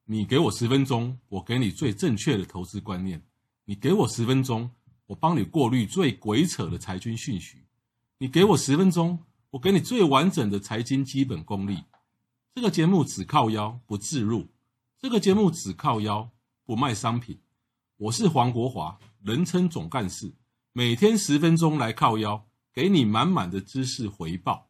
你给我10分钟，我给你最正确的投资观念；你给我10分钟，我帮你过滤最鬼扯的财经讯息；你给我10分钟，我给你最完整的财经基本功力。这个节目只靠腰不置入，这个节目只靠腰不卖商品。我是黄国华，人称总干事，每天10分钟来靠腰，给你满满的知识回报。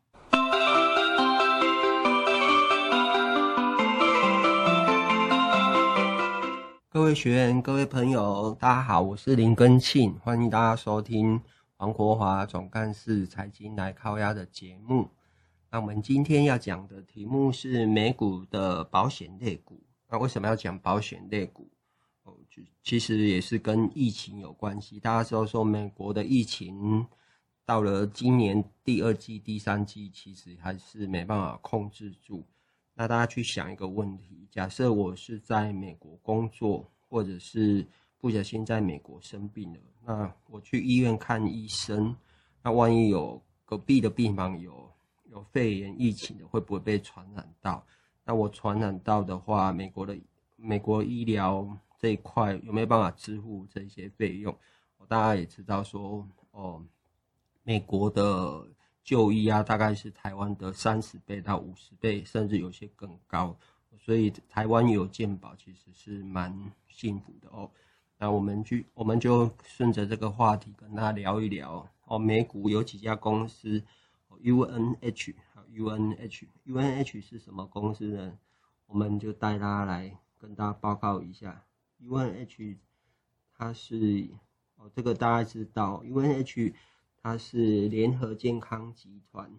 各位学员、各位朋友，大家好，我是林根庆，欢迎大家收听黄国华总干事财经来靠腰的节目。那我们今天要讲的题目是美股的保险类股。那为什么要讲保险类股？其实也是跟疫情有关系。大家知道说美国的疫情到了今年第2季、第3季，其实还是没办法控制住。那大家去想一个问题，假设我是在美国工作，或者是不小心在美国生病了，那我去医院看医生，那万一有隔壁的病房有肺炎疫情的，会不会被传染到？那我传染到的话，美国医疗这一块有没有办法支付这些费用？大家也知道说美国的就医大概是台湾的30倍到50倍，甚至有些更高，所以台湾有健保其实是蛮幸福的哦。那我们就顺着这个话题跟大家聊一聊美股有几家公司UNH 是什么公司呢？我们就带大家来跟大家报告一下。UNH 它是这个大家知道 UNH 它是联合健康集团，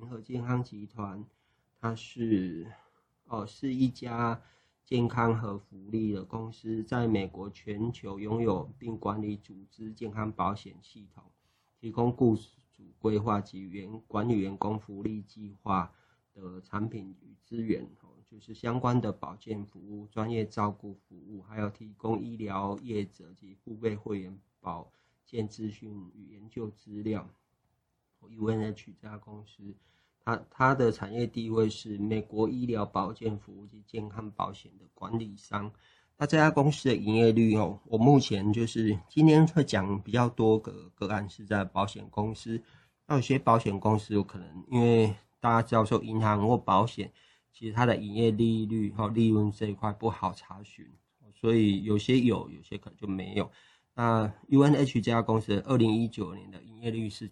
它是一家健康和福利的公司，在美国全球拥有并管理组织健康保险系统，提供雇主规划及管理员工福利计划的产品与资源，就是相关的保健服务、专业照顾服务，还有提供医疗业者及付费会员保健资讯与研究资料。UNH 这家公司它的产业地位是美国医疗保健服务及健康保险的管理商。那这家公司的营业率我目前就是今天会讲比较多个案是在保险公司。那有些保险公司有可能因为大家知道说银行或保险其实它的营业利率利润这一块不好查询，所以有些可能就没有。那 UNH 这家公司2019年的营业率是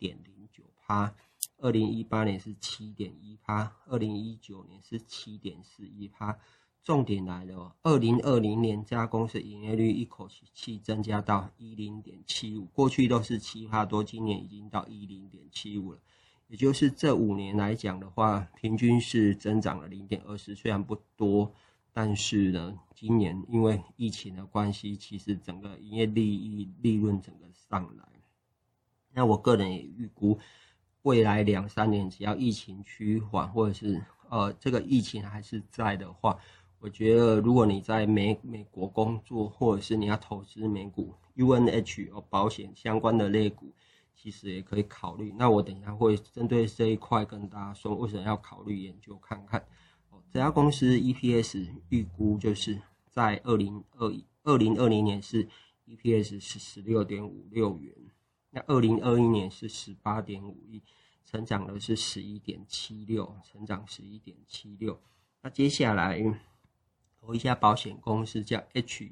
7.09%， 2018年是 7.1%， 2019年是 7.41%。 重点来了2020年这家公司营业率一口气增加到 10.75%， 过去都是 7% 多，今年已经到 10.75% 了。也就是这5年来讲的话，平均是增长了 0.24%， 虽然不多，但是呢，今年因为疫情的关系，其实整个营业利润整个上来。那我个人也预估，未来2-3年只要疫情趋缓，或者是这个疫情还是在的话，我觉得如果你在美国工作，或者是你要投资美股 UNH 保险相关的类股，其实也可以考虑。那我等一下会针对这一块跟大家说为什么要考虑研究看看。这家公司 EPS 预估就是在2020年是 EPS 是 16.56 元，那2021年是 18.51， 成长的是 11.76%， 成长 11.76%。 那接下来有一家保险公司叫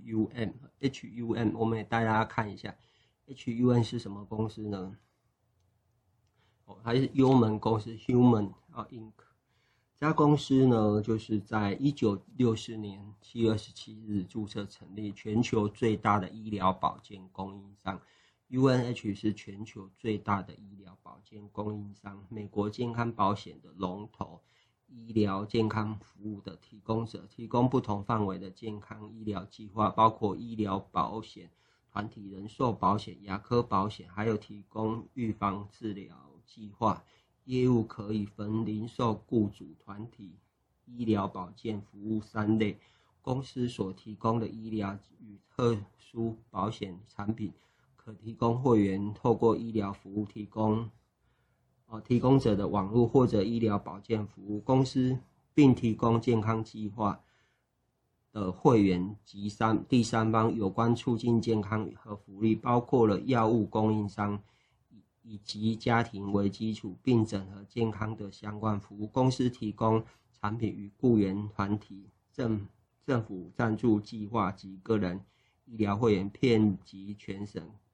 HUM， 我们也带大家看一下 HUM 是什么公司呢？它是幽门公司 Human Inc。这家公司呢，就是在1964年7月27日注册成立，全球最大的医疗保健供应商。UNH 是全球最大的医疗保健供应商，美国健康保险的龙头，医疗健康服务的提供者，提供不同范围的健康医疗计划，包括医疗保险、团体人寿保险、牙科保险，还有提供预防治疗计划。业务可以分零售、雇主、团体、医疗保健服务3类。公司所提供的医疗与特殊保险产品，可提供会员透过医疗服务提供者的网络或者医疗保健服务。公司并提供健康计划， 的会员及第三方有关促进健康和福利，包括了药物供应商以及家庭为基础，并整合健康的相关服务。公司提供产品与雇员团体、政府赞助计划及个人医疗会员，遍及全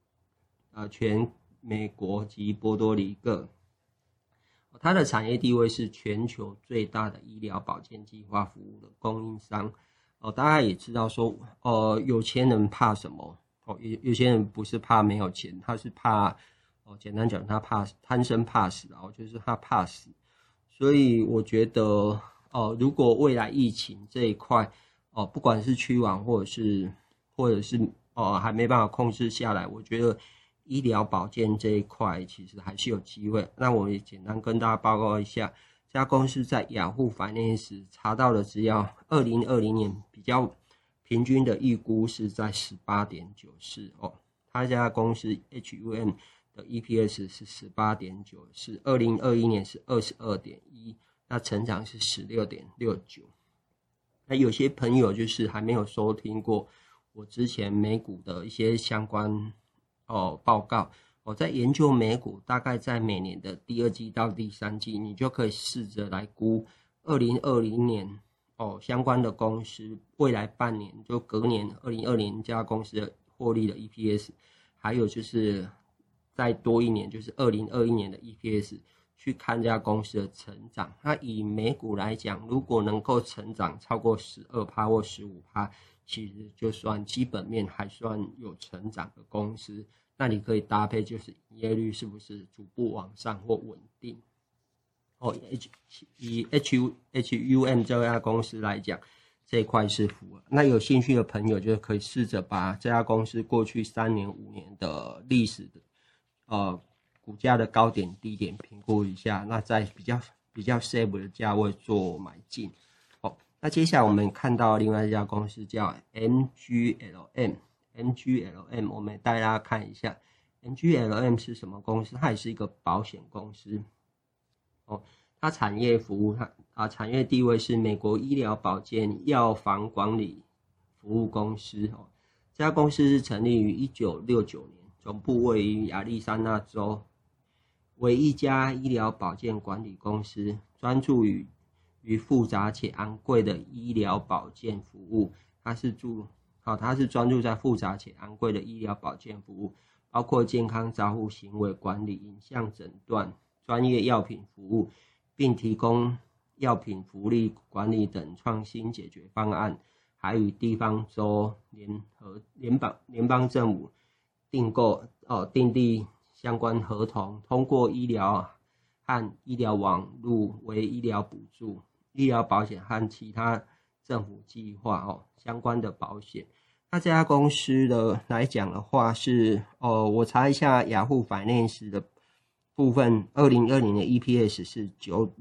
美国及波多黎各。它的产业地位是全球最大的医疗保健计划服务的供应商。大家也知道说，有钱人怕什么？有些人不是怕没有钱，他是怕，简单讲，他怕贪生怕死就是他怕死。所以我觉得，如果未来疫情这一块，不管是趋缓或者是还没办法控制下来，我觉得医疗保健这一块其实还是有机会。那我也简单跟大家报告一下。这家公司在雅虎 Finance 查到的资料，2020年比较平均的预估是在 18.94 它这家公司 HUM 的 EPS 是 18.94 2021年是 22.1 那成长是 16.69 那有些朋友就是还没有收听过我之前美股的一些相关报告，我在研究美股，大概在每年的第2季到第3季，你就可以试着来估2020年相关的公司未来半年，就隔年2020这家公司的获利的 EPS， 还有就是再多一年，就是2021年的 EPS， 去看这家公司的成长。那以美股来讲，如果能够成长超过 12% 或 15%， 其实就算基本面还算有成长的公司。那你可以搭配就是营业率是不是逐步往上或稳定。以 HUM 这家公司来讲，这一块是符合。那有兴趣的朋友就可以试着把这家公司过去3年5年的历史的股价的高点低点评估一下，那在比较 safe 的价位做买进。那接下来我们看到另外一家公司叫 MGLM， 我们带大家看一下 MGLM 是什么公司。它也是一个保险公司它产业服务产业地位是美国医疗保健药房管理服务公司这家公司是成立于1969年，总部位于亚利桑那州，为一家医疗保健管理公司，专注于复杂且昂贵的医疗保健服务。它是专注在复杂且昂贵的医疗保健服务，包括健康照护、行为管理、影像诊断、专业药品服务，并提供药品福利管理等创新解决方案，还与地方州联邦政府订立相关合同，通过医疗和医疗网络为医疗补助、医疗保险和其他政府计划相关的保险。那这家公司的来讲的话是我查一下雅虎 Finance 的部分，2020年 EPS 是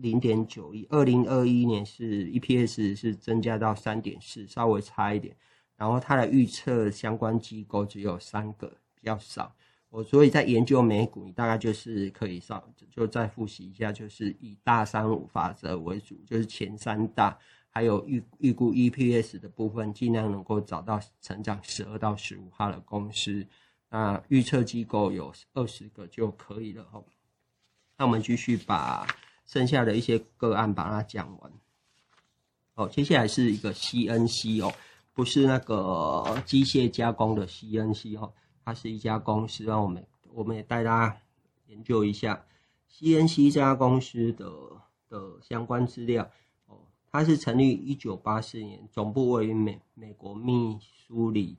0.91， 2021年是 EPS 是增加到 3.4， 稍微差一点。然后它的预测相关机构只有3个，比较少。所以在研究美股，你大概就是可以就再复习一下，就是以大3法则为主，就是前3大，还有预估 EPS 的部分，尽量能够找到成长 12% 到 15% 的公司。那预测机构有20个就可以了那我们继续把剩下的一些个案把它讲完。接下来是一个 CNC 不是那个机械加工的 CNC 它是一家公司，让我们也带大家研究一下 CNC 这家公司的相关资料。它是成立于1984年，总部位于美国密苏里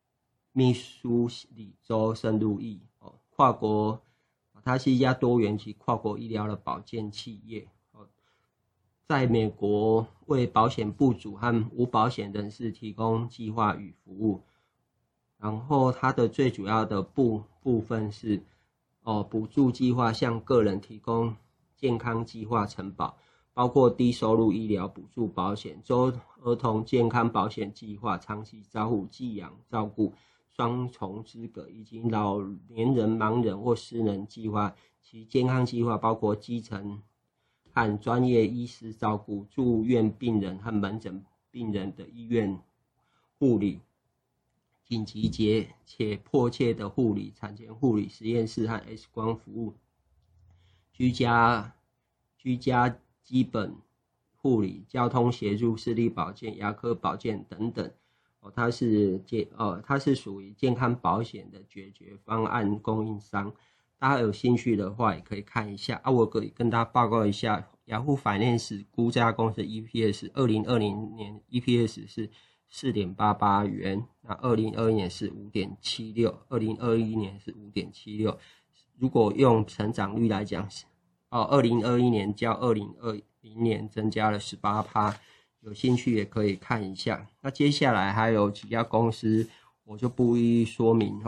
州圣路易跨国。它是一家多元及跨国医疗的保健企业，在美国为保险雇主和无保险人士提供计划与服务。然后它的最主要的部分是补助计划，向个人提供健康计划承保，包括低收入医疗补助保险、儿童健康保险计划、长期照护、寄养照顾、双重资格以及老年人、盲人或失能计划。其健康计划包括基层和专业医师照顾、住院病人和门诊病人的医院护理、紧急且迫切的护理、产前护理、实验室和 X 光服务、居家基本护理、交通协助、视力保健、牙科保健等等。它是属于健康保险的解决方案供应商。大家有兴趣的话，也可以看一下我可以跟大家报告一下，雅虎 Finance 估这家公司的 EPS， 2020年 EPS 是 4.88 元，那2021年是 5.76， 2021年是 5.76。如果用成长率来讲，2021年较2020年增加了 18%， 有兴趣也可以看一下。那接下来还有几家公司我就不一一说明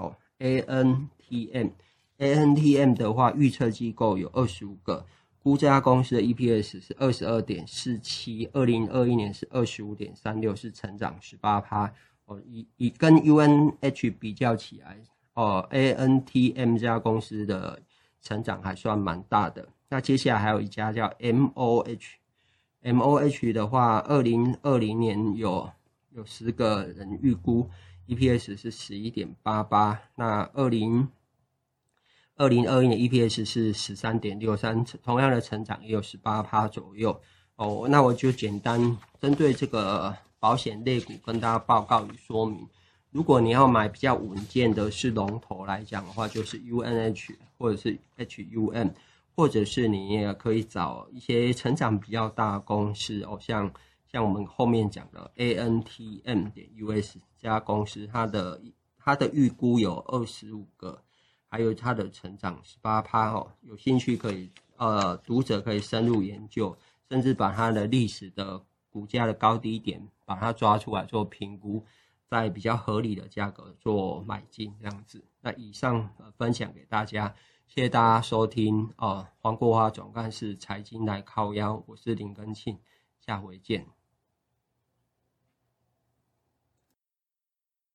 ANTM 的话，预测机构有25个，估这家公司的 EPS 是 22.47， 2021年是 25.36， 是成长 18%。以跟 UNH 比较起来，ANTM 这家公司的成长还算蛮大的。那接下来还有一家叫 MOH 的话，2020年有10个人预估 EPS 是 11.88， 那2021年 EPS 是 13.63， 同样的成长也有 18% 左右。那我就简单针对这个保险类股跟大家报告与说明。如果你要买比较稳健的是龙头来讲的话，就是 UNH 或者是 HUM， 或者是你也可以找一些成长比较大的公司像我们后面讲的 ANTM.US 这家公司，它的预估有25个，还有它的成长 18%， 有兴趣可以读者可以深入研究，甚至把它的历史的股价的高低点把它抓出来做评估，在比较合理的价格做买进这样子。那以上分享给大家，谢谢大家收听黄国华总干事财经来靠腰，我是林根庆，下回见。